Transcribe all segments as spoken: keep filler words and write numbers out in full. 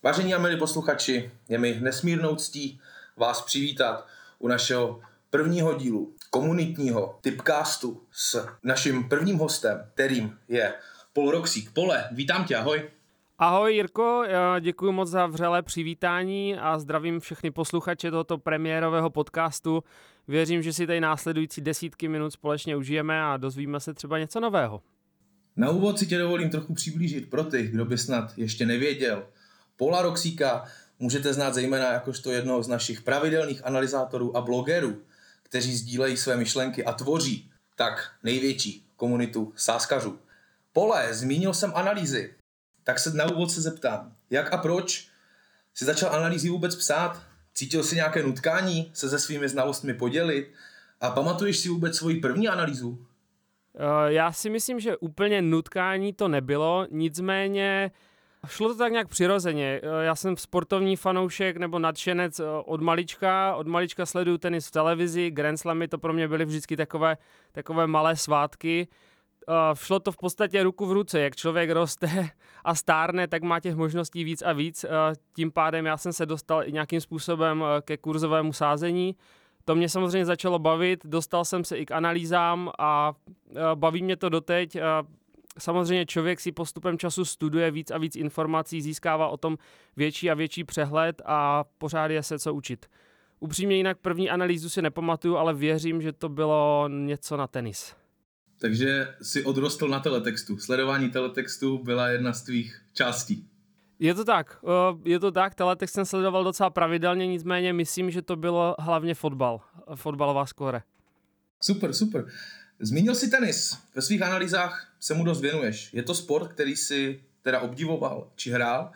Vážení a milí posluchači, je mi nesmírnou ctí vás přivítat u našeho prvního dílu komunitního tipcastu s naším prvním hostem, kterým je Paul Roxík. Pole, vítám tě, ahoj. Ahoj Jirko, děkuji moc za vřelé přivítání a zdravím všechny posluchače tohoto premiérového podcastu. Věřím, že si tady následující desítky minut společně užijeme a dozvíme se třeba něco nového. Na úvod si tě dovolím trochu přiblížit pro ty, kdo by snad ještě nevěděl. Paula Roxíka můžete znát zejména jakožto jednoho z našich pravidelných analyzátorů a blogerů, kteří sdílejí své myšlenky a tvoří tak největší komunitu sázkařů. Pole, zmínil jsem analýzy, tak se na úvod se zeptám, jak a proč jsi začal analýzy vůbec psát? Cítil jsi nějaké nutkání se se svými znalostmi podělit? A pamatuješ si vůbec svoji první analýzu? Já si myslím, že úplně nutkání to nebylo, nicméně šlo to tak nějak přirozeně. Já jsem sportovní fanoušek nebo nadšenec od malička. Od malička sleduju tenis v televizi, Grand Slamy to pro mě byly vždycky takové, takové malé svátky. Šlo to v podstatě ruku v ruce, jak člověk roste a stárne, tak má těch možností víc a víc. Tím pádem já jsem se dostal i nějakým způsobem ke kurzovému sázení. To mě samozřejmě začalo bavit, dostal jsem se i k analýzám a baví mě to doteď. Samozřejmě člověk si postupem času studuje víc a víc informací, získává o tom větší a větší přehled a pořád je se co učit. Upřímně jinak první analýzu si nepamatuju, ale věřím, že to bylo něco na tenis. Takže si odrostl na teletextu. Sledování teletextu byla jedna z tvých částí. Je to tak, je to tak, teletext jsem sledoval docela pravidelně, nicméně myslím, že to bylo hlavně fotbal, fotbalová skóre. Super, super. Zmínil jsi tenis. Ve svých analýzách se mu dost věnuješ. Je to sport, který jsi teda obdivoval či hrál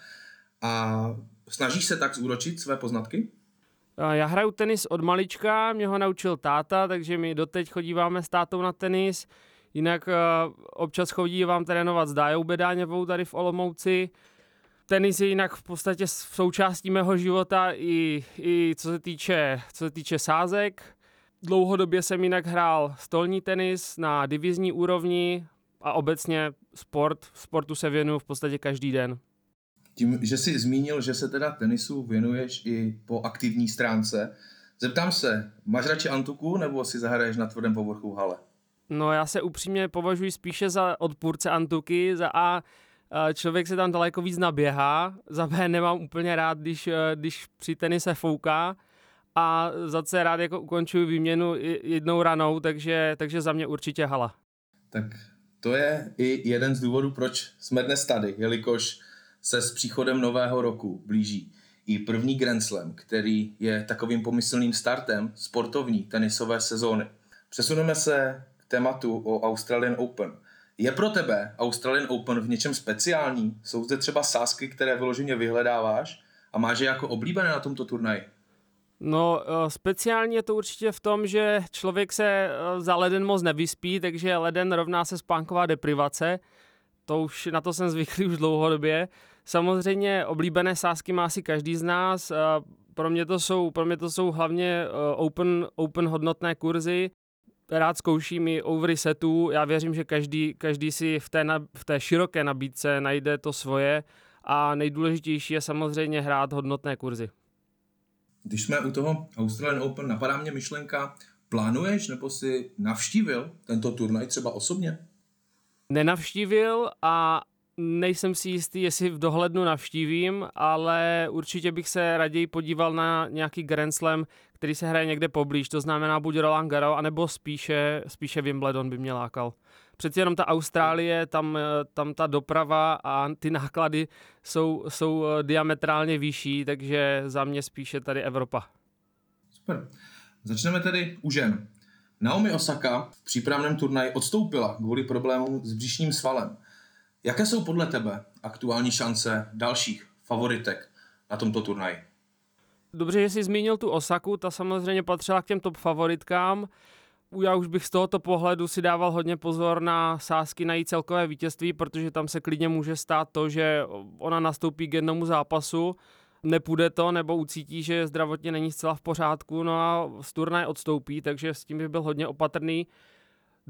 a snažíš se tak zúročit své poznatky? Já hraju tenis od malička, mě ho naučil táta, takže my doteď chodíváme s tátou na tenis. Jinak občas chodívám trénovat s Dájou Bedáňovou tady v Olomouci. Tenis je jinak v podstatě součástí mého života i, i co se týče, co se týče sázek. Dlouhodobě jsem jinak hrál stolní tenis na divizní úrovni a obecně sport. Sportu se věnuju v podstatě každý den. Tím, že jsi zmínil, že se teda tenisu věnuješ i po aktivní stránce, zeptám se, máš radši antuku nebo si zahraješ na tvrdém povrchu v hale? No já se upřímně považuji spíše za odpůrce antuky, za A člověk se tam daleko víc naběhá, za B nemám úplně rád, když, když při tenise fouká a za C rád jako ukončuju výměnu jednou ranou, takže, takže za mě určitě hala. Tak to je i jeden z důvodů, proč jsme dnes tady, jelikož se s příchodem nového roku blíží i první Grand Slam, který je takovým pomyslným startem sportovní tenisové sezóny. Přesuneme se k tématu o Australian Open. Je pro tebe Australian Open v něčem speciální? Jsou zde třeba sázky, které vyloženě vyhledáváš a máš je jako oblíbené na tomto turnaji? No, speciální je to určitě v tom, že člověk se za leden moc nevyspí, takže leden rovná se spánková deprivace. To už, na to jsem zvyklý už dlouhodobě. Samozřejmě oblíbené sázky má asi každý z nás. Pro mě to jsou, pro mě to jsou hlavně open, open hodnotné kurzy. Rád zkouším i overy setů. Já věřím, že každý, každý si v té, v té široké nabídce najde to svoje a nejdůležitější je samozřejmě hrát hodnotné kurzy. Když jsme u toho Australian Open, napadá mě myšlenka, plánuješ nebo si navštívil tento turnaj třeba osobně? Nenavštívil a nejsem si jistý, jestli v dohlednu navštívím, ale určitě bych se raději podíval na nějaký Grand Slam, který se hraje někde poblíž, to znamená buď Roland Garros, anebo spíše, spíše Wimbledon by mě lákal. Přeci jenom ta Austrálie, tam, tam ta doprava a ty náklady jsou, jsou diametrálně vyšší, takže za mě spíše tady Evropa. Super. Začneme tedy u žen. Naomi Osaka v přípravném turnaji odstoupila kvůli problémům s břišním svalem. Jaké jsou podle tebe aktuální šance dalších favoritek na tomto turnaji? Dobře, že jsi zmínil tu Osaku, ta samozřejmě patřila k těm top favoritkám. Já už bych z tohoto pohledu si dával hodně pozor na sázky na její celkové vítězství, protože tam se klidně může stát to, že ona nastoupí k jednomu zápasu, nepůjde to, nebo ucítí, že zdravotně není zcela v pořádku, no a z turnaje odstoupí, takže s tím bych byl hodně opatrný.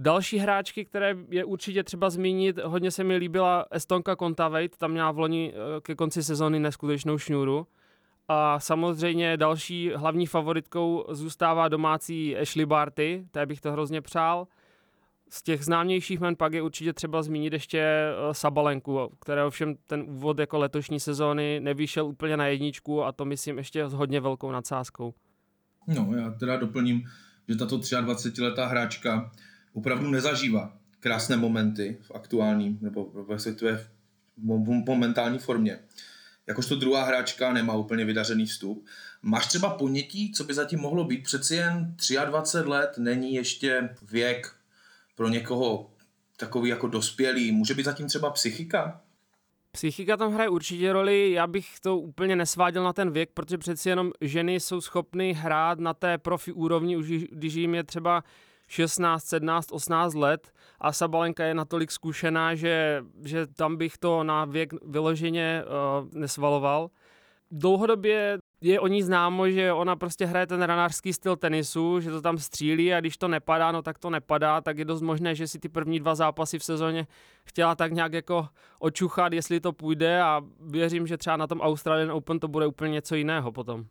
Další hráčky, které je určitě třeba zmínit, hodně se mi líbila Estonka Kontaveit, tam měla v loni ke konci sezóny neskutečnou šňůru. A samozřejmě další hlavní favoritkou zůstává domácí Ashley Barty, té bych to hrozně přál. Z těch známějších men pak je určitě třeba zmínit ještě Sabalenku, kterého všem ten úvod jako letošní sezóny nevyšel úplně na jedničku a to myslím ještě s hodně velkou nadsázkou. No, já teda doplním, že tato dvacetiletá hráčka opravdu nezažívá krásné momenty v aktuální nebo ve světové momentální formě. Jakožto druhá hráčka nemá úplně vydařený vstup. Máš třeba ponětí, co by zatím mohlo být? Přeci jen dvacet tři let není ještě věk pro někoho takový jako dospělý. Může být zatím třeba psychika? Psychika tam hraje určitě roli, já bych to úplně nesváděl na ten věk, protože přeci jenom ženy jsou schopny hrát na té profi úrovni, už když jim je třeba šestnáct, sedmnáct, osmnáct let a Sabalenka je natolik zkušená, že, že tam bych to na věk vyloženě uh, nesvaloval. Dlouhodobě je o ní známo, že ona prostě hraje ten ranářský styl tenisu, že to tam střílí a když to nepadá, no tak to nepadá, tak je dost možné, že si ty první dva zápasy v sezóně chtěla tak nějak jako očuchat, jestli to půjde a věřím, že třeba na tom Australian Open to bude úplně něco jiného potom.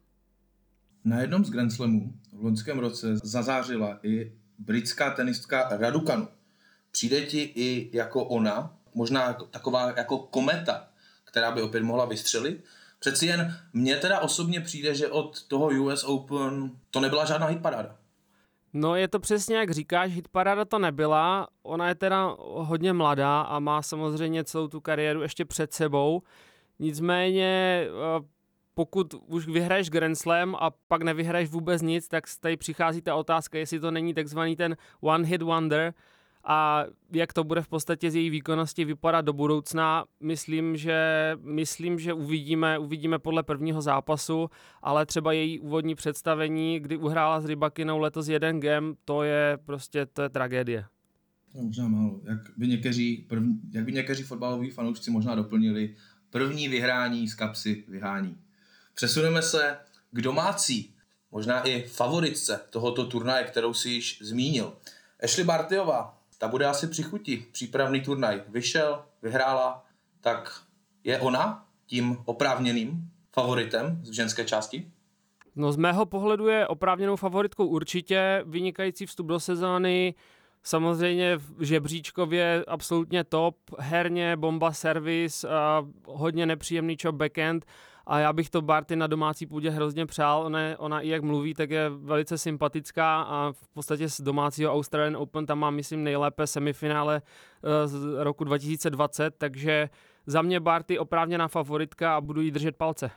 Na jednom z Grand Slamů v loňském roce zazářila i britská tenistka Raducanu. Přijde ti i jako ona, možná jako, taková jako kometa, která by opět mohla vystřelit? Přeci jen mně teda osobně přijde, že od toho U S Open to nebyla žádná hitparáda. No je to přesně jak říkáš, hitparáda to nebyla, ona je teda hodně mladá a má samozřejmě celou tu kariéru ještě před sebou, nicméně pokud už vyhraješ Grand Slam a pak nevyhraješ vůbec nic, tak tady přichází ta otázka, jestli to není takzvaný ten one hit wonder a jak to bude v podstatě z její výkonnosti vypadat do budoucna. Myslím, že, myslím, že uvidíme, uvidíme podle prvního zápasu, ale třeba její úvodní představení, kdy uhrála s Rybakinou letos jeden game, to je prostě to je tragédie. To možná málo. Jak by někteří, prv, jak by někteří fotbaloví fanoušci možná doplnili, první vyhrání z kapsy vyhání. Přesuneme se k domácí, možná i favoritce tohoto turnaje, kterou si již zmínil. Ashley Bartyová, ta bude asi při chuti. Přípravný turnaj vyšel, vyhrála, tak je ona tím oprávněným favoritem z ženské části? No z mého pohledu je oprávněnou favoritkou určitě, vynikající vstup do sezóny, samozřejmě v žebříčkově absolutně top, herně, bomba servis, a hodně nepříjemný chop backhand a já bych to Barty na domácí půdě hrozně přál, ona, ona i jak mluví, tak je velice sympatická a v podstatě z domácího Australian Open tam má, myslím, nejlépe semifinále z roku dva tisíce dvacet, takže za mě Barty oprávněná favoritka a budu jí držet palce.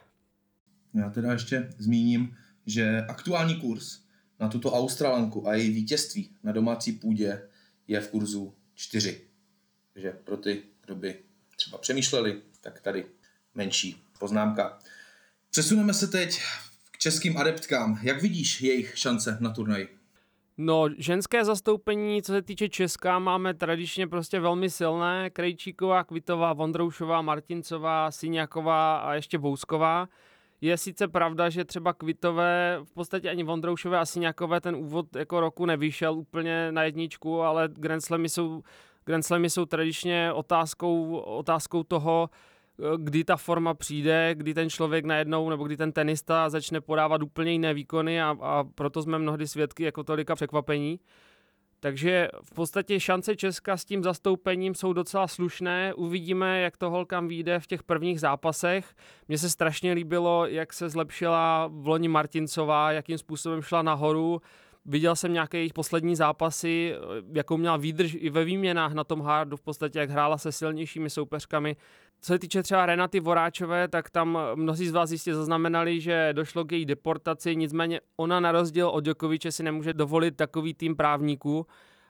Já teda ještě zmíním, že aktuální kurz na tuto Australanku a její vítězství na domácí půdě je v kurzu čtyři. Takže pro ty, kdo by třeba přemýšleli, tak tady menší poznámka. Přesuneme se teď k českým adeptkám. Jak vidíš jejich šance na turnaji? No, ženské zastoupení, co se týče Česka, máme tradičně prostě velmi silné. Krejčíková, Kvitová, Vondroušová, Martincová, Syňáková a ještě Bousková. Je sice pravda, že třeba Kvitové, v podstatě ani Vondroušové a Syňákové ten úvod jako roku nevyšel úplně na jedničku, ale Grand Slamy jsou, Grand Slamy jsou tradičně otázkou, otázkou toho, kdy ta forma přijde, kdy ten člověk najednou, nebo kdy ten tenista začne podávat úplně jiné výkony a, a proto jsme mnohdy svědky jako tolika překvapení. Takže v podstatě šance Česka s tím zastoupením jsou docela slušné. Uvidíme, jak to holkám vyjde v těch prvních zápasech. Mně se strašně líbilo, jak se zlepšila v loni Martincová, jakým způsobem šla nahoru. Viděl jsem nějaké jejich poslední zápasy, jakou měla výdrž i ve výměnách na tom hardu, v podstatě jak hrála se silnějšími soupeřkami. Co se týče třeba Renaty Voráčové, tak tam mnozí z vás jistě zaznamenali, že došlo k její deportaci, nicméně ona na rozdíl od Djokoviče si nemůže dovolit takový tým právníků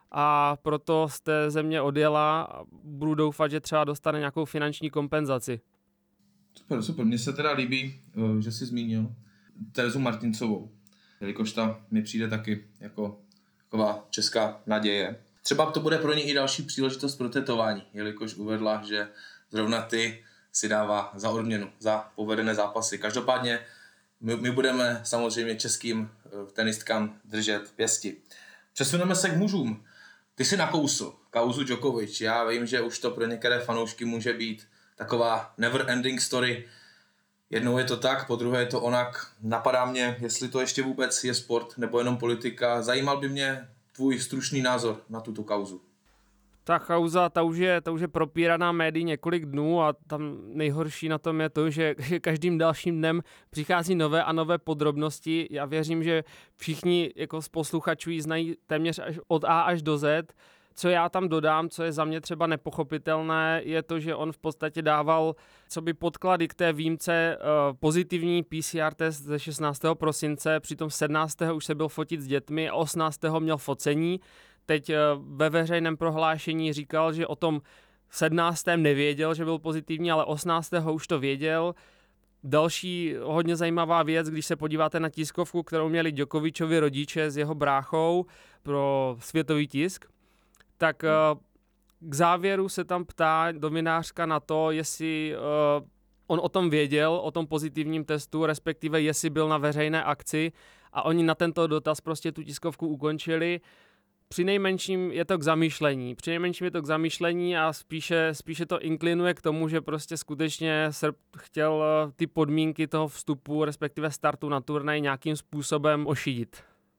a proto z té země odjela a budu doufat, že třeba dostane nějakou finanční kompenzaci. Super, super. Mně se teda líbí, že jsi zmínil Terezu Martincovou, jelikož ta mi přijde taky jako taková česká naděje. Třeba to bude pro ně i další příležitost pro tetování, jelikož uvedla, že zrovna ty si dává za odměnu, za povedené zápasy. Každopádně my, my budeme samozřejmě českým tenistkám držet pěsti. Přesuneme se k mužům. Ty jsi nakousl kauzu Djokovic. Já vím, že už to pro některé fanoušky může být taková never ending story. Jednou je to tak, po druhé je to onak. Napadá mě, jestli to ještě vůbec je sport nebo jenom politika. Zajímal by mě tvůj stručný názor na tuto kauzu. Ta kauza, ta už je, ta už je propíraná médií několik dnů a tam nejhorší na tom je to, že každým dalším dnem přichází nové a nové podrobnosti. Já věřím, že všichni jako z posluchačů ji znají téměř až od A až do Z. Co já tam dodám, co je za mě třeba nepochopitelné, je to, že on v podstatě dával co by podklady k té výjimce uh, pozitivní P C R test ze šestnáctého prosince, přitom sedmnáctého už se byl fotit s dětmi a osmnáctého měl focení. Teď uh, ve veřejném prohlášení říkal, že o tom sedmnáctém nevěděl, že byl pozitivní, ale osmnáctého už to věděl. Další hodně zajímavá věc, když se podíváte na tiskovku, kterou měli Djokovičovi rodiče s jeho bráchou pro světový tisk, tak uh, k závěru se tam ptá novinářka na to, jestli uh, on o tom věděl, o tom pozitivním testu, respektive jestli byl na veřejné akci a oni na tento dotaz prostě tu tiskovku ukončili. Při nejmenším je to k zamýšlení. Při nejmenším je to k zamýšlení a spíše, spíše to inklinuje k tomu, že prostě skutečně Srb chtěl ty podmínky toho vstupu, respektive startu na turnaj nějakým způsobem ošidit.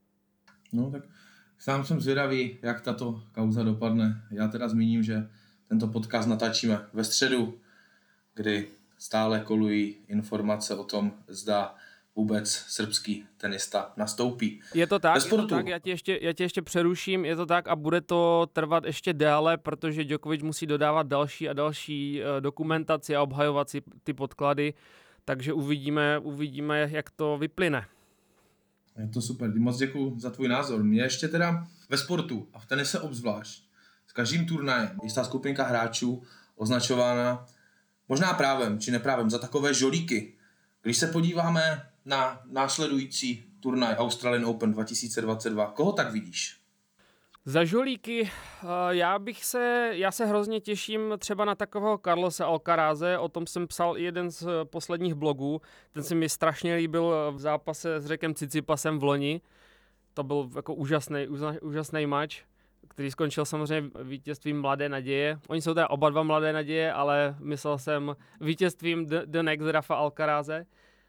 No tak sám jsem zvědavý, jak tato kauza dopadne. Já teda zmíním, že tento podcast natáčíme ve středu, kdy stále kolují informace o tom, zda vůbec srbský tenista nastoupí. Je to tak, je to tak, já tě, ještě, já tě ještě přeruším, je to tak a bude to trvat ještě déle, protože Djokovic musí dodávat další a další dokumentaci a obhajovat si ty podklady, takže uvidíme, uvidíme, jak to vyplyne. Je to super, moc děkuju za tvůj názor. Mě ještě teda ve sportu a v tenise obzvlášť s každým turnajem jistá skupinka hráčů označována možná právem či neprávem za takové žolíky. Když se podíváme na následující turnaj Australian Open dva tisíce dvacet dva, koho tak vidíš? Za žolíky, já bych se, já se hrozně těším třeba na takového Carlose Alcaraze, o tom jsem psal i jeden z posledních blogů, ten se mi strašně líbil v zápase s Řekem Cicipasem v loni, to byl jako úžasný, úžasný match, který skončil samozřejmě vítězstvím Mladé naděje. Oni jsou teda oba dva Mladé naděje, ale myslel jsem vítězstvím The, the Next Rafa Alcaraze.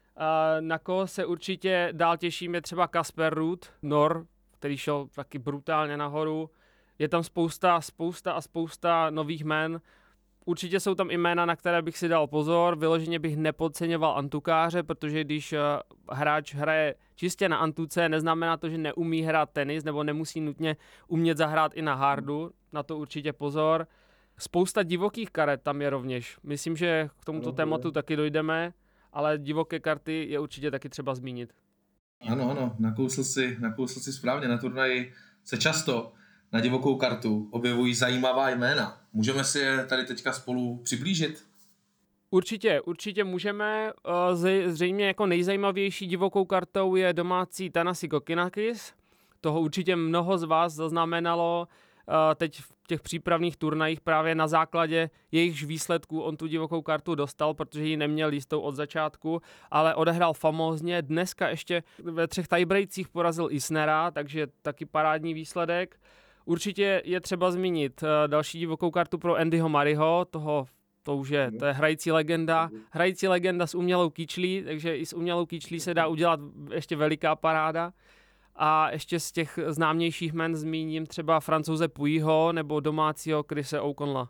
Na koho se určitě dál těším je třeba Casper Ruud, Nor, který šel taky brutálně nahoru. Je tam spousta, spousta a spousta nových jmen. Určitě jsou tam i jména, na které bych si dal pozor. Vyloženě bych nepodceňoval antukáře, protože když hráč hraje čistě na antuce, neznamená to, že neumí hrát tenis nebo nemusí nutně umět zahrát i na hardu. Na to určitě pozor. Spousta divokých karet tam je rovněž. Myslím, že k tomuto tématu taky dojdeme, ale divoké karty je určitě taky třeba zmínit. Ano, ano, nakousl si, nakousl si správně. Na turnaji se často na divokou kartu objevují zajímavá jména. Můžeme si je tady teďka spolu přiblížit? Určitě, určitě můžeme. Zřejmě jako nejzajímavější divokou kartou je domácí Thanasi Kokkinakis. Toho určitě mnoho z vás zaznamenalo teď v těch přípravných turnajích právě na základě jejichž výsledků on tu divokou kartu dostal, protože ji neměl jistou od začátku, ale odehrál famózně. Dneska ještě ve třech tiebreakcích porazil Isnera, takže taky parádní výsledek. Určitě je třeba zmínit další divokou kartu pro Andyho Murrayho, toho to už je, to je hrající legenda, hrající legenda s umělou kyčlí, takže i s umělou kyčlí se dá udělat ještě veliká paráda. A ještě z těch známějších jmen zmíním třeba Francouze Pouillyho nebo domácího Chrise O'Connella.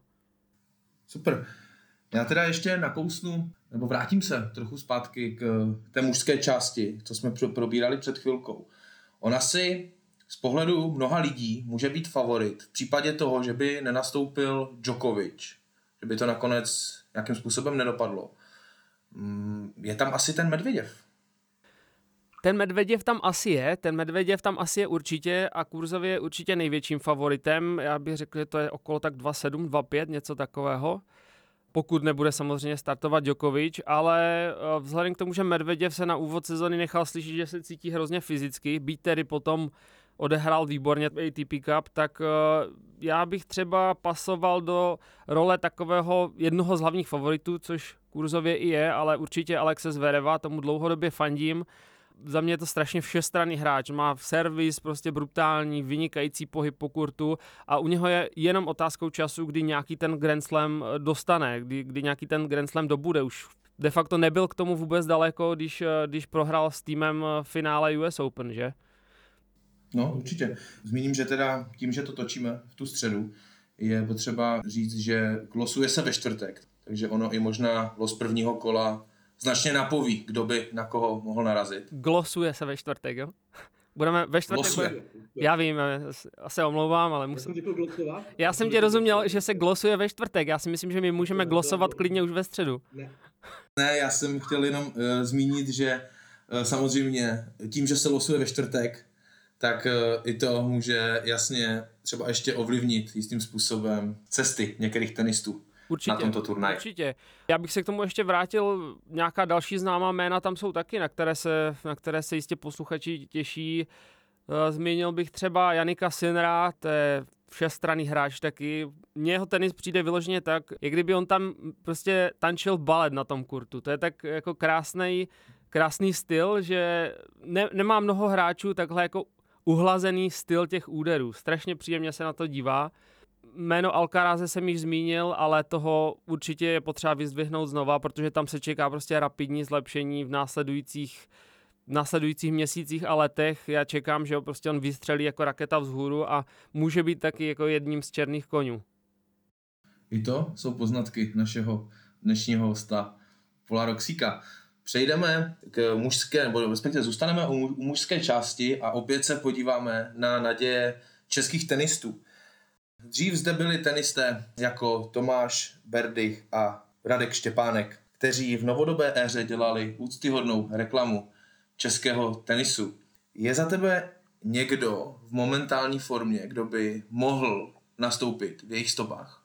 Super. Já teda ještě nakousnu, nebo vrátím se trochu zpátky k té mužské části, co jsme probírali před chvilkou. Ona si z pohledu mnoha lidí může být favorit v případě toho, že by nenastoupil Djokovic, že by to nakonec nějakým způsobem nedopadlo. Je tam asi ten Medveděv. Ten Medveděv tam asi je, ten Medveděv tam asi je určitě a kurzově je určitě největším favoritem. Já bych řekl, že to je okolo tak dva sedm, dva pět, něco takového. Pokud nebude samozřejmě startovat Djokovic, ale vzhledem k tomu, že Medveděv se na úvod sezony nechal slyšet, že se cítí hrozně fyzicky, byť tedy potom odehrál výborně A T P Cup, tak já bych třeba pasoval do role takového jednoho z hlavních favoritů, což kurzově i je, ale určitě Alexe Zvereva, tomu dlouhodobě fandím. za mě je to strašně všestranný hráč, má servis prostě brutální, vynikající pohyb po kurtu a u něho je jenom otázkou času, kdy nějaký ten Grand Slam dostane, kdy, kdy nějaký ten Grand Slam dobude. Už de facto nebyl k tomu vůbec daleko, když, když prohrál s týmem finále U S Open, že? No, určitě. Zmíním, že teda tím, že to točíme v tu středu, je potřeba říct, že losuje se ve čtvrtek, takže ono i možná los prvního kola značně napoví, kdo by na koho mohl narazit. Glosuje se ve čtvrtek, jo? Budeme ve čtvrtek... Bude... Já vím, já se omlouvám, ale musím... Já jsem tě rozuměl, že se glosuje ve čtvrtek. Já si myslím, že my můžeme glosovat klidně už ve středu. Ne, ne já jsem chtěl jenom uh, zmínit, že uh, samozřejmě tím, že se losuje ve čtvrtek, tak uh, i to může jasně třeba ještě ovlivnit jistým způsobem cesty některých tenistů. Určitě, na tomto turnaji. Určitě. Já bych se k tomu ještě vrátil, nějaká další známá jména tam jsou taky, na které se, na které se jistě posluchači těší. Zmínil bych třeba Jannika Sinnera, to je všestranný hráč taky. Mně jeho tenis přijde vyloženě tak, jak kdyby on tam prostě tančil balet na tom kurtu. To je tak jako krásný, krásný styl, že ne, nemá mnoho hráčů takhle jako uhlazený styl těch úderů. Strašně příjemně se na to dívá. Jméno Alcaráze jsem již zmínil, ale toho určitě je potřeba vyzdvihnout znova, protože tam se čeká prostě rapidní zlepšení v následujících, v následujících měsících a letech. Já čekám, že prostě on vystřelí jako raketa vzhůru a může být taky jako jedním z černých konňů. I to jsou poznatky našeho dnešního hosta Paula Roxíka. Přejdeme k mužské, nebo respektive zůstaneme u, u mužské části a opět se podíváme na naděje českých tenistů. Dřív zde byli tenisté jako Tomáš Berdych a Radek Štěpánek, kteří v novodobé éře dělali úctyhodnou reklamu českého tenisu. Je za tebe někdo v momentální formě, kdo by mohl nastoupit v jejich stopách?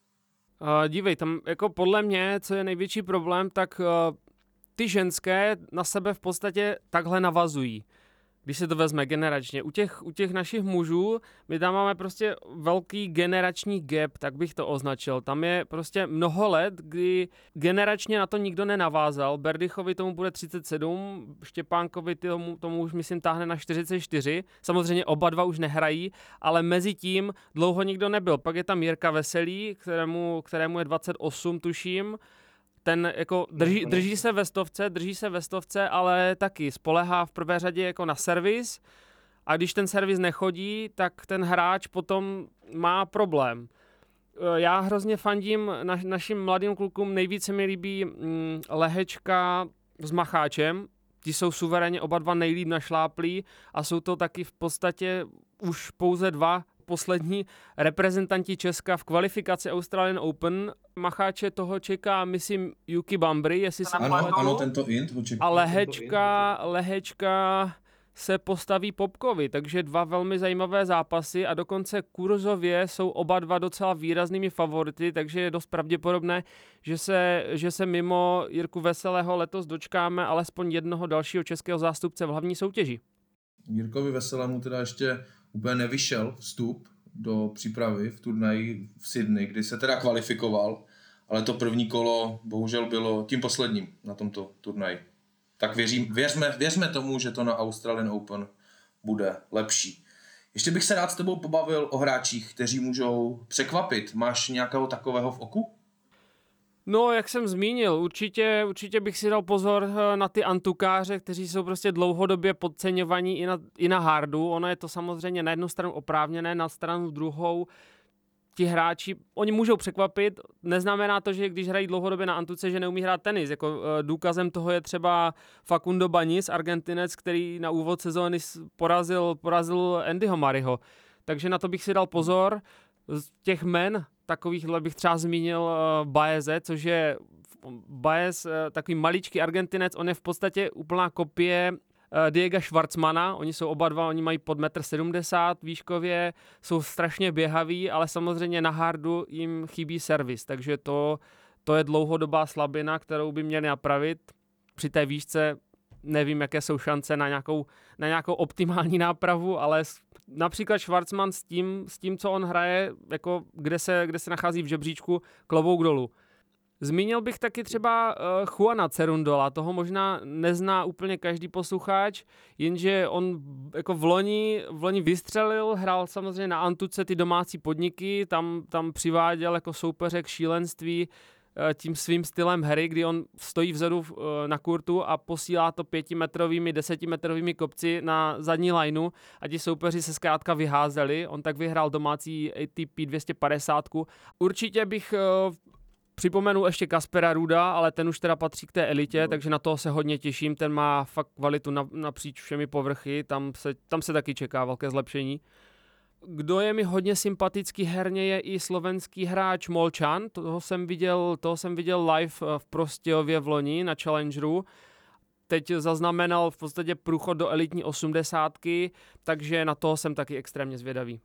Uh, dívej, tam jako podle mě, co je největší problém, tak uh, ty ženské na sebe v podstatě takhle navazují. Když se to vezme generačně. U těch, u těch našich mužů, my tam máme prostě velký generační gap, tak bych to označil. Tam je prostě mnoho let, kdy generačně na to nikdo nenavázal. Berdychovi tomu bude třicet sedm, Štěpánkovi tomu, tomu už myslím táhne na čtyřicet čtyři. Samozřejmě oba dva už nehrají, ale mezi tím dlouho nikdo nebyl. Pak je tam Jirka Veselý, kterému, kterému je dvacet osm, tuším. Ten jako drží, drží se ve stovce, drží se ve stovce, ale taky spolehá v prvé řadě jako na servis a když ten servis nechodí, tak ten hráč potom má problém. Já hrozně fandím na, našim mladým klukům, nejvíce mi líbí mm, Lehečka s Macháčem, ti jsou suverénně oba dva nejlíp našláplí a jsou to taky v podstatě už pouze dva poslední reprezentanti Česka v kvalifikaci Australian Open. Macháče toho čeká, myslím, Yuki Bambry, jestli jsem ano, ano, ano, tento int ho čeká. A Lehečka, Lehečka se postaví Popkovi, takže dva velmi zajímavé zápasy a dokonce kurzově jsou oba dva docela výraznými favority, takže je dost pravděpodobné, že se, že se mimo Jirku Veselého letos dočkáme alespoň jednoho dalšího českého zástupce v hlavní soutěži. Jirkovi Veselému teda ještě úplně nevyšel vstup do přípravy v turnaji v Sydney, kdy se teda kvalifikoval, ale to první kolo bohužel bylo tím posledním na tomto turnaji. Tak věřím, věřme, věřme tomu, že to na Australian Open bude lepší. Ještě bych se rád s tebou pobavil o hráčích, kteří můžou překvapit. Máš nějakého takového v oku? No, jak jsem zmínil, určitě, určitě bych si dal pozor na ty antukáře, kteří jsou prostě dlouhodobě podceňovaní i na, i na hardu. Ono je to samozřejmě na jednu stranu oprávněné, na stranu druhou ti hráči, oni můžou překvapit, neznamená to, že když hrají dlouhodobě na antuce, že neumí hrát tenis. Jako důkazem toho je třeba Facundo Bagnis, Argentinec, který na úvod sezóny porazil, porazil Andyho Murrayho. Takže na to bych si dal pozor. Z těch men takovýchhle bych třeba zmínil uh, Baeze, což je Baez, uh, takový maličký Argentinec, on je v podstatě úplná kopie uh, Diega Schwartzmana, oni jsou oba dva, oni mají pod metr sedmdesát výškově, jsou strašně běhaví, ale samozřejmě na hardu jim chybí servis, takže to, to je dlouhodobá slabina, kterou by měli napravit. Při té výšce nevím, jaké jsou šance na nějakou, na nějakou optimální nápravu, ale například Schwartzman s tím, s tím, co on hraje, jako kde se, kde se nachází v žebříčku, klobouk dolů. Zmínil bych taky třeba uh, Juana Cerundola, toho možná nezná úplně každý posluchač, jenže on jako v loni, v loni vystřelil, hrál samozřejmě na Antuce ty domácí podniky, tam, tam přiváděl jako soupeře k šílenství uh, tím svým stylem hry, kdy on stojí vzadu uh, na kurtu a posílá to pětimetrovými, desetimetrovými kopci na zadní lineu a ti soupeři se zkrátka vyházeli. On tak vyhrál domácí A T P dvě stě padesát. Určitě bych uh, připomenu ještě Kaspera Ruda, ale ten už teda patří k té elitě, no. Takže na toho se hodně těším, ten má fakt kvalitu napříč všemi povrchy, tam se, tam se taky čeká velké zlepšení. Kdo je mi hodně sympatický herně, je i slovenský hráč Molčan, toho jsem viděl, toho jsem viděl live v Prostějově v loni na Challengeru. Teď zaznamenal v podstatě průchod do elitní osmdesátky, takže na toho jsem taky extrémně zvědavý.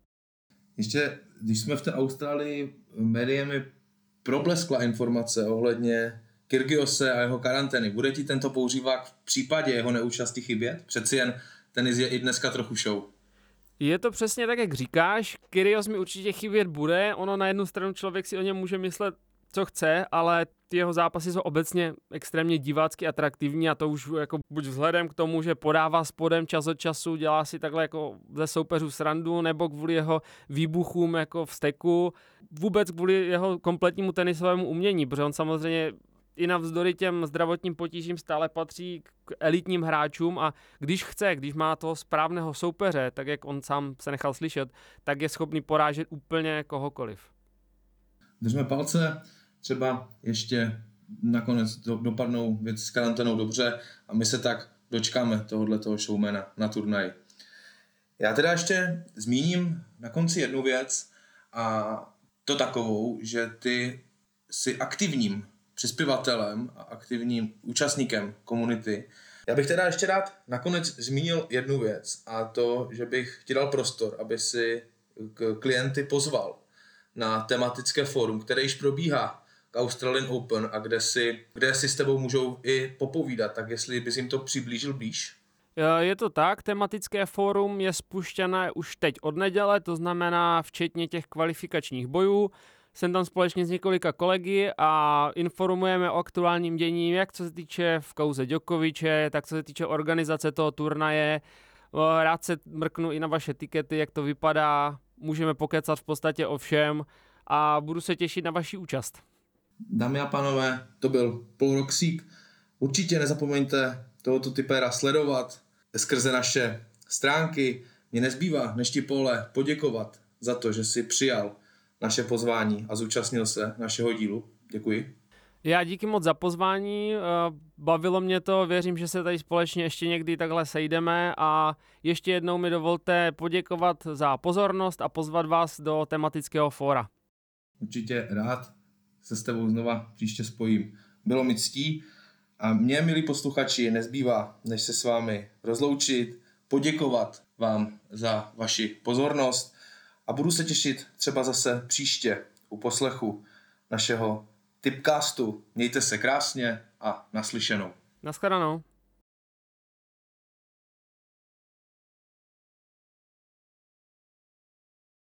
Ještě, když jsme v té Austrálii, médiemi probleskla informace ohledně Kyrgiose a jeho karantény. Bude ti tento používák v případě jeho neúčasti chybět? Přeci jen tenis je i dneska trochu show. Je to přesně tak, jak říkáš. Kyrgios mi určitě chybět bude. Ono na jednu stranu člověk si o něm může myslet, co chce, ale ty jeho zápasy jsou obecně extrémně divácky atraktivní a to už jako buď vzhledem k tomu, že podává spodem čas od času, dělá si takhle jako ze soupeřů srandu, nebo kvůli jeho výbuchům jako v steku, vůbec kvůli jeho kompletnímu tenisovému umění, protože on samozřejmě i navzdory těm zdravotním potížím stále patří k elitním hráčům a když chce, když má toho správného soupeře, tak jak on sám se nechal slyšet, tak je schopný porážet úplně kohokoliv. Držme palce, třeba ještě nakonec do, dopadnou věci s karanténou dobře a my se tak dočkáme tohohletoho showmana na turnaji. Já teda ještě zmíním na konci jednu věc a to takovou, že ty jsi aktivním přispěvatelem a aktivním účastníkem komunity. Já bych teda ještě rád nakonec zmínil jednu věc a to, že bych ti dal prostor, aby si klienty pozval na tematické fórum, které již probíhá k Australian Open a kde si, kde si s tebou můžou i popovídat, tak jestli bys jim to přiblížil blíž. Je to tak, tematické fórum je spuštěné už teď od neděle, to znamená včetně těch kvalifikačních bojů. Jsem tam společně s několika kolegy a informujeme o aktuálním dění, jak co se týče v kauze Djokoviče, tak co se týče organizace toho turnaje. Rád se mrknu i na vaše tikety, jak to vypadá, můžeme pokecat v podstatě o všem a budu se těšit na vaši účast. Dámy a pánové, to byl Paul Roxík. Určitě nezapomeňte tohoto typera sledovat skrze naše stránky. Mně nezbývá, než ti, Pole, poděkovat za to, že jsi přijal naše pozvání a zúčastnil se našeho dílu. Děkuji. Já díky moc za pozvání, bavilo mě to, věřím, že se tady společně ještě někdy takhle sejdeme a ještě jednou mi dovolte poděkovat za pozornost a pozvat vás do tematického fóra. Určitě rád se s tebou znova příště spojím. Bylo mi ctí a mě, milí posluchači, nezbývá, než se s vámi rozloučit, poděkovat vám za vaši pozornost a budu se těšit třeba zase příště u poslechu našeho Tipcastu. Mějte se krásně a naslyšenou. Naschledanou.